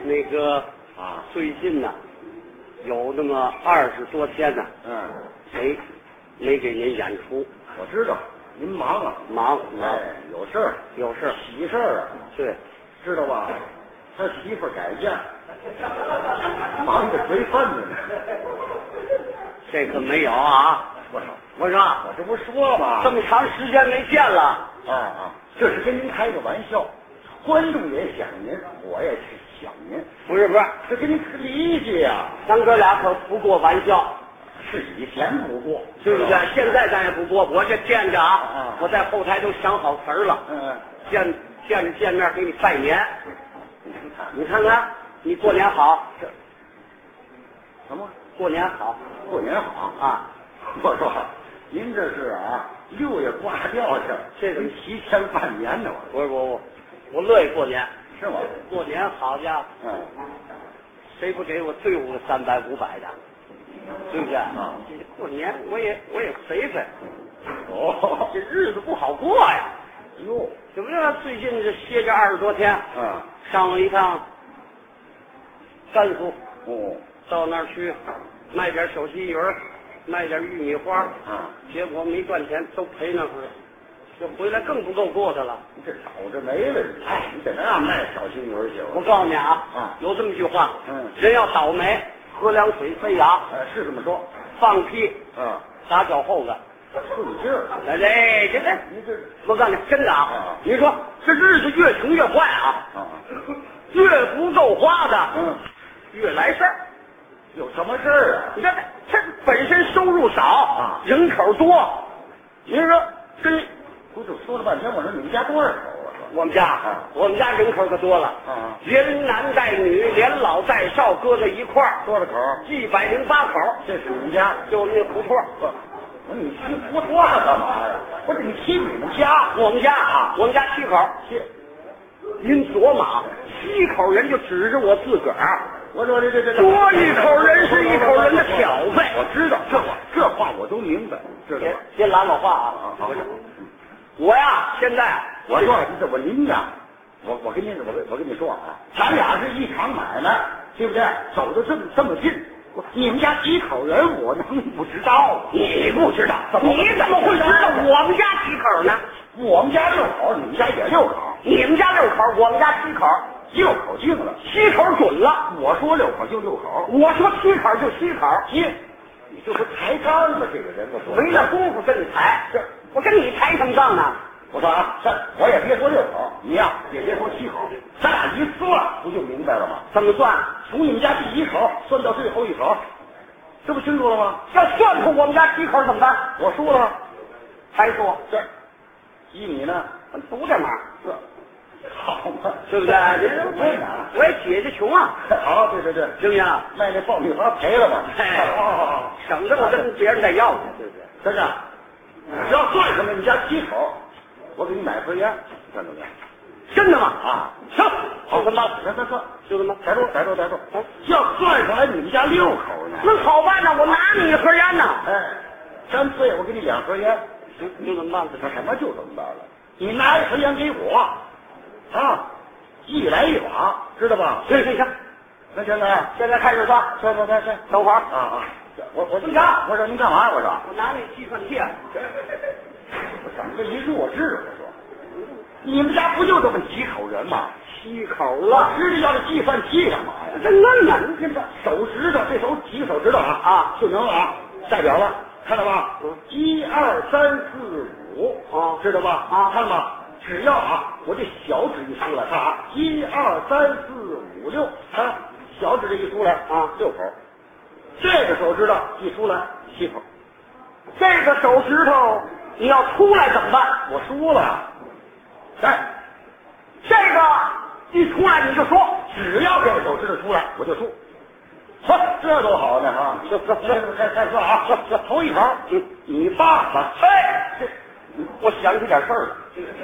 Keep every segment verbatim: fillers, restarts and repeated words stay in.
那个啊， 最近呢，有那么二十多天呢， 嗯， 没没给您演出， 我知道您忙啊， 忙忙哎，有事儿， 有事儿， 喜事儿啊， 对， 知道吧？他媳妇儿改嫁，忙着追份子呢。 这可没有啊！ 我说， 我说我这不说了吗？ 这么长时间没见了， 啊啊，这是跟您开个玩笑，观众也想您，我也是想您， 不是不是， 这跟您理解呀， 咱哥俩可不过玩笑， 是以前不过， 对不对？现在咱也不过，我这见着啊啊， 我在后台都想好词儿了， 嗯嗯， 见见着见面给你拜年， 您看你看看，你过年好， 这什么？ 过年好过年好啊！ 我说，您这是啊，六月挂吊去， 这个跟提前半年呢，我不是我我我乐意过年， 是吗？ 过年好家伙， 嗯， 谁不给我队伍个三百五百的，对不对？ 啊， 这过年我也我也肥肥， 哦， 这日子不好过呀。 哟， 怎么着？最近这歇这二十多天， 嗯， 上了一趟甘肃， 哦， 到那儿去卖点小西鱼儿，卖点玉米花， 啊， 结果没赚钱，都赔那会儿，这回来更不够过的了。 你这找着没了，你哎，你在那样卖小金鱼去我告诉你啊， 啊有这么句话， 嗯人要倒霉，喝凉水塞牙， 哎，是这么说， 放屁啊， 打脚后子。 顺劲儿， 哎，这这这， 你这我告诉你，真的啊啊， 你说这日子越穷越坏啊， 啊， 越不够花的， 嗯， 越来事儿。 有什么事儿啊？ 你看这本身收入少啊人口多，你说跟不就说了半天，我说你们家多少口啊？ 我们家啊我们家人口可多了， 啊， 连男带女，连老带少搁在一块儿， 多少口？ 一百零八口， 这是你们家？ 就我们那胡同。 不，我说你提胡同干嘛呀？不是你提你们家？ 我们家啊，我们家七口， 提， 您琢磨啊，七口人就指着我自个儿， 我说这这这多一口人是一口人的挑费。 我知道这话，这话我都明白，知道别吧？ 别拦我话啊！ 好， 我呀，现在我说这我您呀，我我跟您我跟我跟你说啊，咱俩是一场买卖，对不对？走的这么这么近，我你们家几口人，我能不知道吗？ 你不知道， 怎么你怎么会知道我们家几口呢？ 我们家六口，你们家也六口， 你们家六口，我们家七口， 六口净了， 七口准了。 我说六口就六口， 我说七口就七口， 你你这不抬杠吗？这个人我说没那功夫跟你抬， 这我跟你抬什么杠呢？ 我说啊，这我也别说六口，你呀、也别说七口，咱俩一算不就明白了吗？ 怎么算？ 从你们家第一口算到最后一口，这不清楚了吗？ 要算出我们家七口怎么办？ 我输了， 还说这依你呢？ 不这码， 这好嘛， 对不对？我我也姐姐穷啊， 好，对对对， 行不行？ 卖那爆米花赔了吧？ 哎好好好， 省得我跟别人再要去，对不对？ 真的，只要算上了你家七口，我给你买盒烟，你看怎么样？ 真的吗？ 啊， 行，好他妈， 来来算， 就这么逮住逮住逮住，要算上来你们家六口呢。 那好办呢，我拿你一盒烟呢。 哎，干脆我给你两盒烟。 行，就这么办吧。 他什么就这么办了？你拿一盒烟给我，啊，一来一往，知道吧？ 行行行， 那现在现在开始算， 算算算算， 等会儿啊啊！我我怎么着我说您干嘛？我说我拿那计算器。 我怎么这一弱智？我说你们家不就这么几口人吗？ 七口了， 知道要这计算器干嘛呀？ 这嫩呢， 这个手指头，这手几个手指头啊啊就能啊代表了，看到吧？ 嗯一二三四五啊知道吧？ 啊看到吗？只要啊，我这小指一出来，看啊，一二三四五六，看小指这一出来啊六口，这个手指头一出来七口， 这个手指头你要出来怎么办？ 我输了。哎， 这个一出来你就说， 只要这个手指头出来，我就输。呵，这多好呢啊！这这这开开算啊！这这头一口，你你爸爸， 哎，这我想起点事儿了。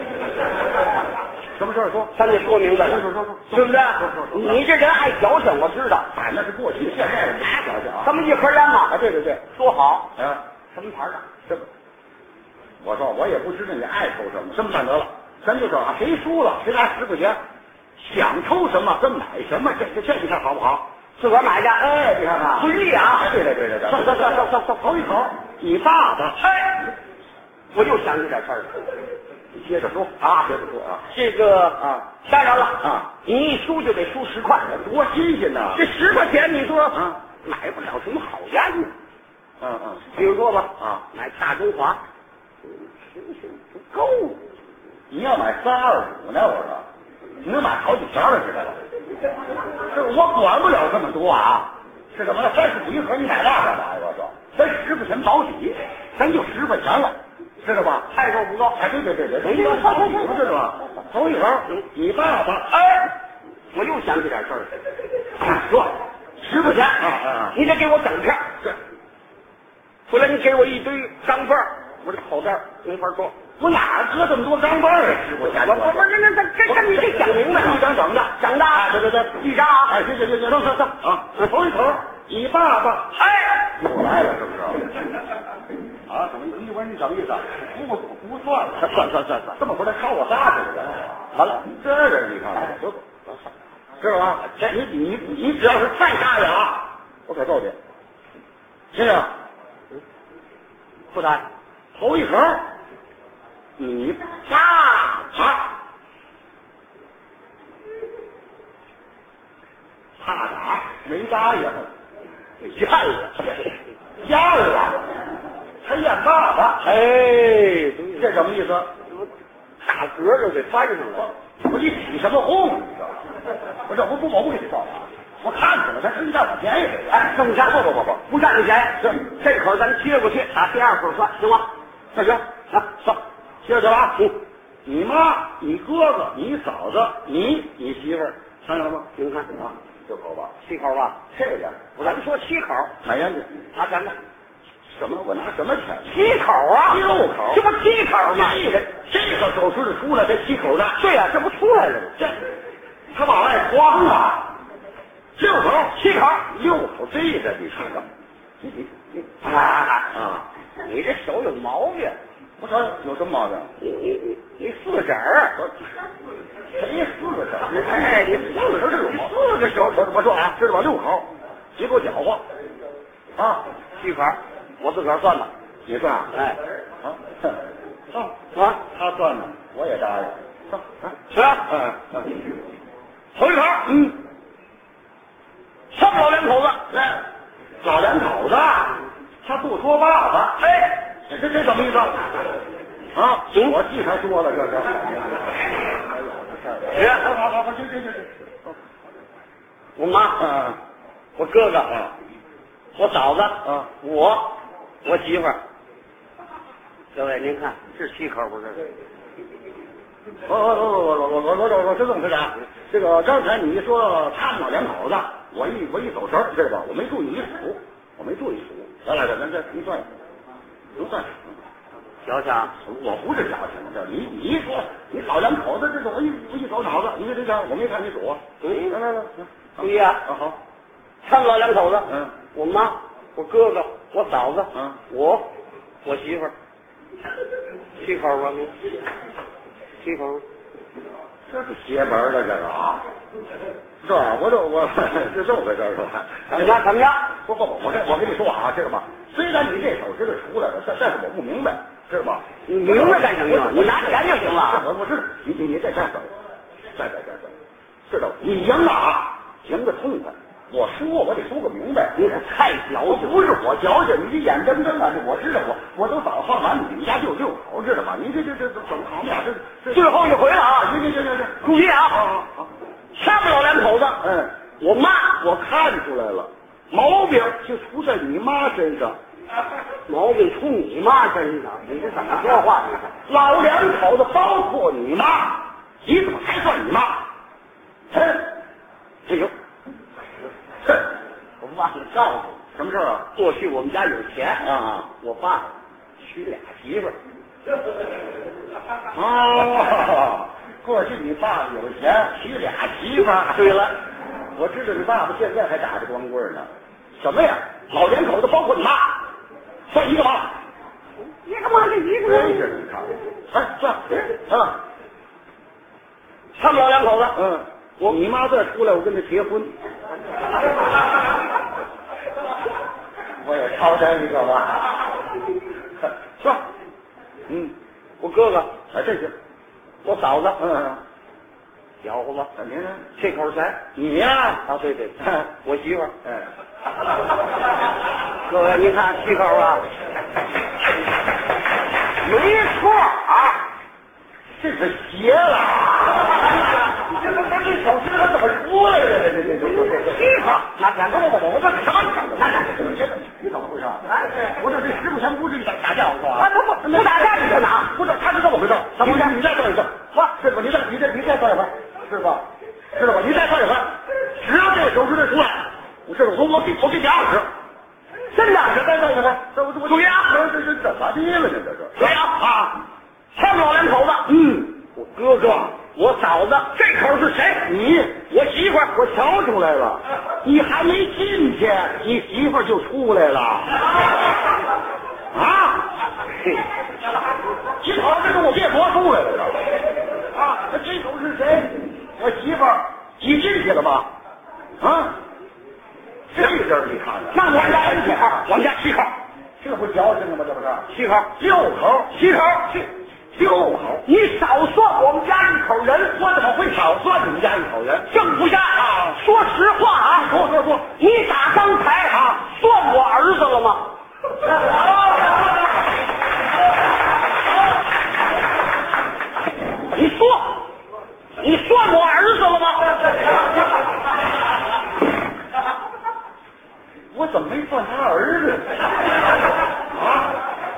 什么事儿说？ 咱得说明白了， 说说说对不对说说？说你这人爱矫情，我知道。 哎，那是过去，现在不想想咱们一盒烟嘛， 啊！对对对， 说好啊， 什么牌的？ 这个，我说我也不知道你爱抽什么，这么办得了，咱就说啊，谁输了谁拿十块钱， 想抽什么跟买什么，这这这你看好不好？ 自个儿买去。 哎，你看看， 遵义啊！ 对对对对对，算算算算算算，头一口，你爸爸。 哎，我又想起点事儿了。 你接着说啊，接着说啊。 这个啊， 当然了啊， 你一输就得输十块， 多新鲜呐！ 这十块钱你说啊， 买不了什么好烟呢。 嗯嗯， 比如说吧， 啊， 买大中华，行行不够。 你要买三二五呢？我说，你能买好几条了，知道吧？这我管不了这么多啊！是什么？三十五一盒，你买那干嘛呀？我说，咱十块钱保底，咱就十块钱了，知道吧？ 太够不够？ 哎，对对对对，人家保底了，知道吧？头一盒，你爸爸， 哎，我又想起点事儿了。 说十块钱啊啊， 你得给我整片。 是， 回来你给我一堆钢镚儿，我这口袋没法装。 我哪搁这么多钢镚儿啊？十块钱， 我我不是那那这这你得讲明白了， 一张整的， 整的， 对对对， 一张啊， 哎，行行行行，行行行啊，头一口，你爸爸， 哎， 又来了，是不是？啊，怎么一会儿你整意思？不不算了，算算算算，这么回来抄我仨去了，完了，这人你看看，知道吧？这你你你只要是再插俩，我可揍你，行不行？ 不打， 头一口，你爸爸，他打没答应，咽了，咽了，他咽爸爸， 哎， 这什么意思？ 大格就给翻上了。 我你起什么哄？你知道吗？我这我不我不跟你说啊，我看出来他实际占我便宜。 哎，这么下， 不不不不， 不占你便宜。 是这口咱接过去，打第二口算，行吗？ 那行啊，算，接着去吧。 嗯， 你妈、你哥哥、你嫂子、你、你媳妇儿，想想了吗？ 您看啊，六口吧， 七口吧？ 这个我咱们说七口， 买烟去， 拿钱吧。 什么？我拿什么钱？ 七口啊， 六口， 这不七口吗？ 这个这个手势的出来，这七口的， 对呀、这不出来了吗？ 这他往外慌啊！六口， 七口， 六口，这个你看看，你你你啊啊！ 你这手有毛病， 我说有什么毛病？ 你你你你四个指儿， 谁四个手？ 哎，你四个这有毛四个手，我我说啊，知道吧？六口，别给我搅和啊！ 七口，我自个儿算吧。 你算啊？ 哎， 好，上啊， 他算呢，我也答应。上啊， 行， 嗯嗯， 头一口， 嗯， 上老两口子， 来，老两口子，他不说爸爸， 哎， 这这什么意思？啊， 行我替他说了，这是。 行， 好好好好，行行行行。 我妈， 嗯我哥哥， 嗯我嫂子， 嗯， 我，我媳妇儿。各位，您看是七口不是？ 我我我我我我我我我是这么回答。这个刚才你一说他们老两口子，我一我一走神儿，知道吧？我没注意你数，我没注意数。来来来，咱这您算，能算。 小强， 我不是矫情，这你你一说你老两口子，这种我一我一走脑子，你这样我没看你数啊。 嗯来来来， 注意啊， 啊好， 他们老两口子， 嗯， 我妈，我哥哥，我嫂子， 嗯， 我，我媳妇儿，七口吧，你七口， 这是邪门了，这个啊，是吧？我这我是这么回事是吧？ 怎么样？怎么样？ 不不不，我这我跟你说啊，知道吧？虽然你这手知道出来了，但但是我不明白，知道吧？ 你明白干什么呀？你拿钱就行了。 我我知道，你你你再再等，再再再再，知道你赢了啊，赢得痛快。我输我得输个明白。 你可太矫情。 不是我矫情，你这眼睁睁啊！我知道我我都早放完，你们家就六口，知道吧？你这这这怎么好俩这这最后一回了啊！ 行行行行行， 注意啊！ 好好， 他们老两口子， 嗯， 我妈， 我看出来了，毛病就出在你妈身上。 毛病出你妈身上，你这怎么说话？ 老两口子包括你妈，你怎么还算你妈？哼， 哎呦， 哼， 我忘了告诉你， 什么事儿啊？ 过去我们家有钱啊， 我爸娶俩媳妇儿。 哦，过去你爸有钱，娶俩媳妇儿。 对了， 我知道你爸爸现在还打着光棍呢。什么呀？老两口子包括你妈，算一个妈。 一个妈，这一个真是你看，哎，算啊， 他们老两口子， 嗯， 我你妈再出来，我跟她结婚。我也抄这一个吧。说，嗯， 我哥哥， 哎，这行。 我嫂子， 嗯嗯， 小伙子， 您呢？ 这口才， 你呀？ 啊，对对，我媳妇儿。 哎， 各位，您看七口啊， 没错啊，这是邪了。这这这这小媳妇怎么出来了？这这这这七口，那两个我我这什么？那那这这你怎么回事？哎，我这这实不相不是打打架是吧？啊不不不打架你在哪？不是，他是这么回事。怎么回事？你再说一声。哇，师傅，你再你再你再说一回，师傅，知道吧？你再说一回，只要这手势再出来，我师傅我我给我给你二十。真的？再说一回，这我我注意啊！这这怎么的了呢？这是谁呀？啊，他们老两口子。嗯，我哥哥，我嫂子，这口是谁？你，我媳妇儿。我瞧出来了，你还没进去，你媳妇儿就出来了。啊！你跑这跟我变魔术来了这？啊，那这口是谁？我媳妇儿。挤进去了吧？啊！这人你看看，那我们家几口？我们家七口，这不矫情了吗？这不是七口，六口，七口，七六口。你少算我们家一口人，我怎么会少算你们家一口人？正不下啊！说实话啊，说说说，你打刚才啊算我儿子了吗？你说，你算我儿子了吗？我怎么没算他儿子啊？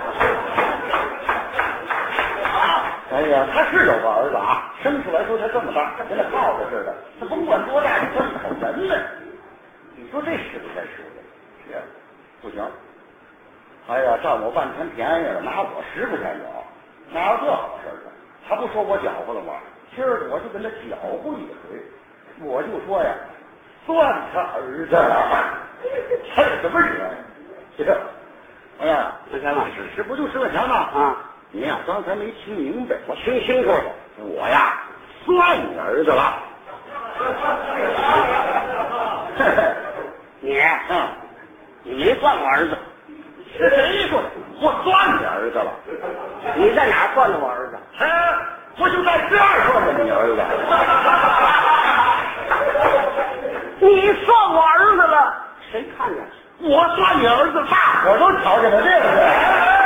哎呀，他是有个儿子啊，生出来时候他这么大，跟那耗子似的，他甭管多大，你算一口人呢。你说这是不是属的？是，不行。哎呀，占我半天便宜了，拿我十块钱有，哪有这好事呢？他不说我搅和了吗？今儿我就跟他搅和一回，我就说呀，算他儿子了。他有什么人？这个，哎呀， 十钱嘛， 这不就十块钱吗？啊，你呀刚才没听明白， 我听清楚了。 我呀算你儿子了。 你， 嗯， 你没算我儿子。 是谁说的？我算你儿子了。 你在哪儿算的我儿子？ 哎，我就在这儿算的你儿子。 你算我儿子了？谁看见？ 我算你儿子，大伙都瞧见了，对不对？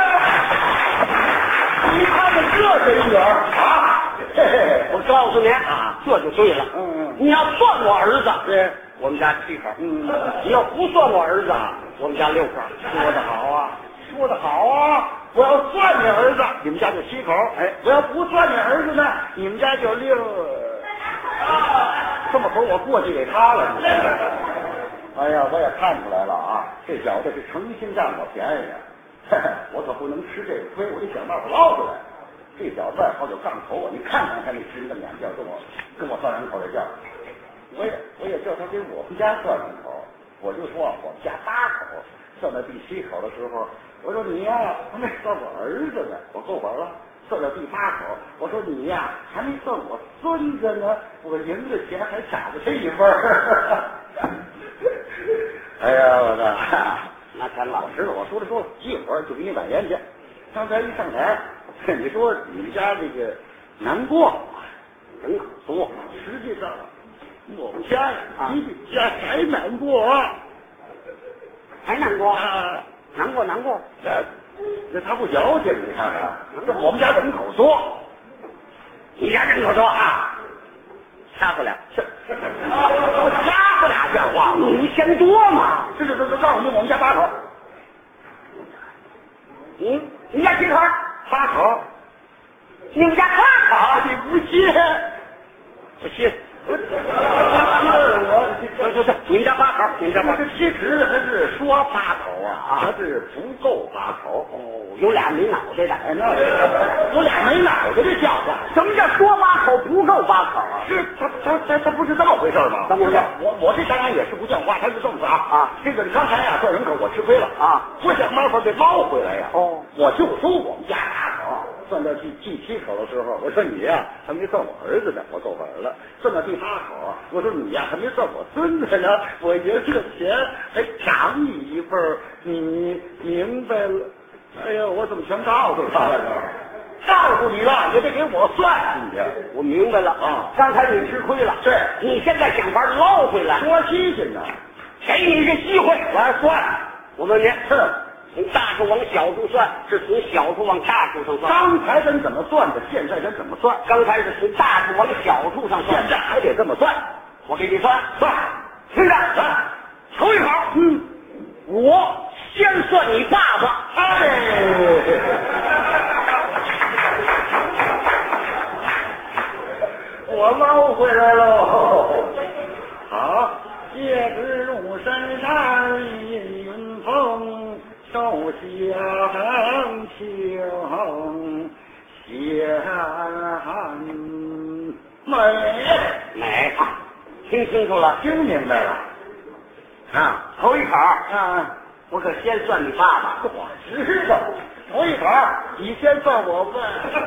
你看看这谁女儿啊？嘿嘿， 我告诉你啊，这就对了。 嗯嗯， 你要算我儿子， 对， 我们家七口。 嗯， 你要不算我儿子，我们家六口。 说得好啊，说得好啊！我要算你儿子，你们家就七口。哎，我要不算你儿子呢，你们家就六。这么会儿我过去给他了。哎呀，我也看出来了啊，这小子是诚心占我便宜，我可不能吃这个亏，我得想办法捞出来。这小子外号叫杠头啊，你看看他那直的脸叫跟我跟我算人口的叫，我也我也叫他给我们家算人口，我就说我们家八口，算到第七口的时候，我说你呀还没算我儿子呢，我够本了。算到第八口，我说你呀还没算我孙子呢，我赢的钱还差了这一份儿。哎呀，我的， 那钱老实了，我说了说了，一会儿就给你买烟去。刚才一上台，你说你们家这个难过， 人可多， 实际上我们家呀比你家还难过啊， 还难过啊， 难过难过。 这这他不矫情，你看看，这我们家人口多， 你家人口多啊？掐死俩， 我掐死俩像话吗？ 你嫌多吗？ 这这这这告诉你，我们家八口。 你你家几口？ 八口。 你们家八口？ 你不信？ 不信。 我我行行行，你们家八口，你们家八口。 其实他是说八口啊，他是不够八口。 哦，有俩没脑袋的， 哎，那有俩没脑袋的叫唤。 什么叫说八口不够八口啊？ 是他他他他不是这么回事吗？ 怎么回事？ 我我这当然也是不像话，他是这么说啊啊！ 这个刚才呀算人口我吃亏了啊， 我想办法得捞回来呀。 哦， 我就说我们家八口， 算到第第七口的时候，我说你呀、啊、还没算我儿子呢，我够本了。算到第八口，我说你呀、啊、还没算我孙子呢，我觉得这个钱还长你一份儿，你明白了？哎呀，我怎么全告诉他了？告诉你了，也得给我算。 我明白了啊， 刚才你吃亏了， 是你现在想法捞回来， 多新鲜呢！ 给你一个机会来算。 我问你， 哼， 从大处往小处算，是从小处往大处上算？ 刚才咱怎么算的？现在咱怎么算？ 刚才是从大处往小处上算， 现在还得这么算。 我给你算算， 听着啊，头一口， 嗯， 我先算你爸爸。 哎，我捞回来喽。好，夜之入深山，阴云峰，手相情，相美。 美，听清楚了， 听明白了啊？ 头一口， 啊， 我可先算你爸爸。 我知道，头一口你先算我吧。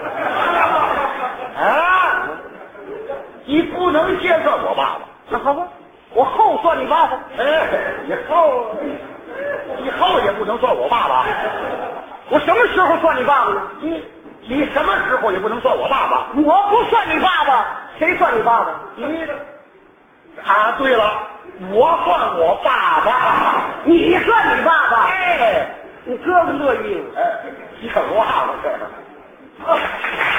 啊，你不能先算我爸爸。 那好吧，我后算你爸爸。 哎，以后以后也不能算我爸爸。 我什么时候算你爸爸呢？ 你你什么时候也不能算我爸爸。 我不算你爸爸，谁算你爸爸？ 你啊，对了，我算我爸爸。 你算你爸爸？ 哎， 你哥哥乐意吗？ 哎，这话了这。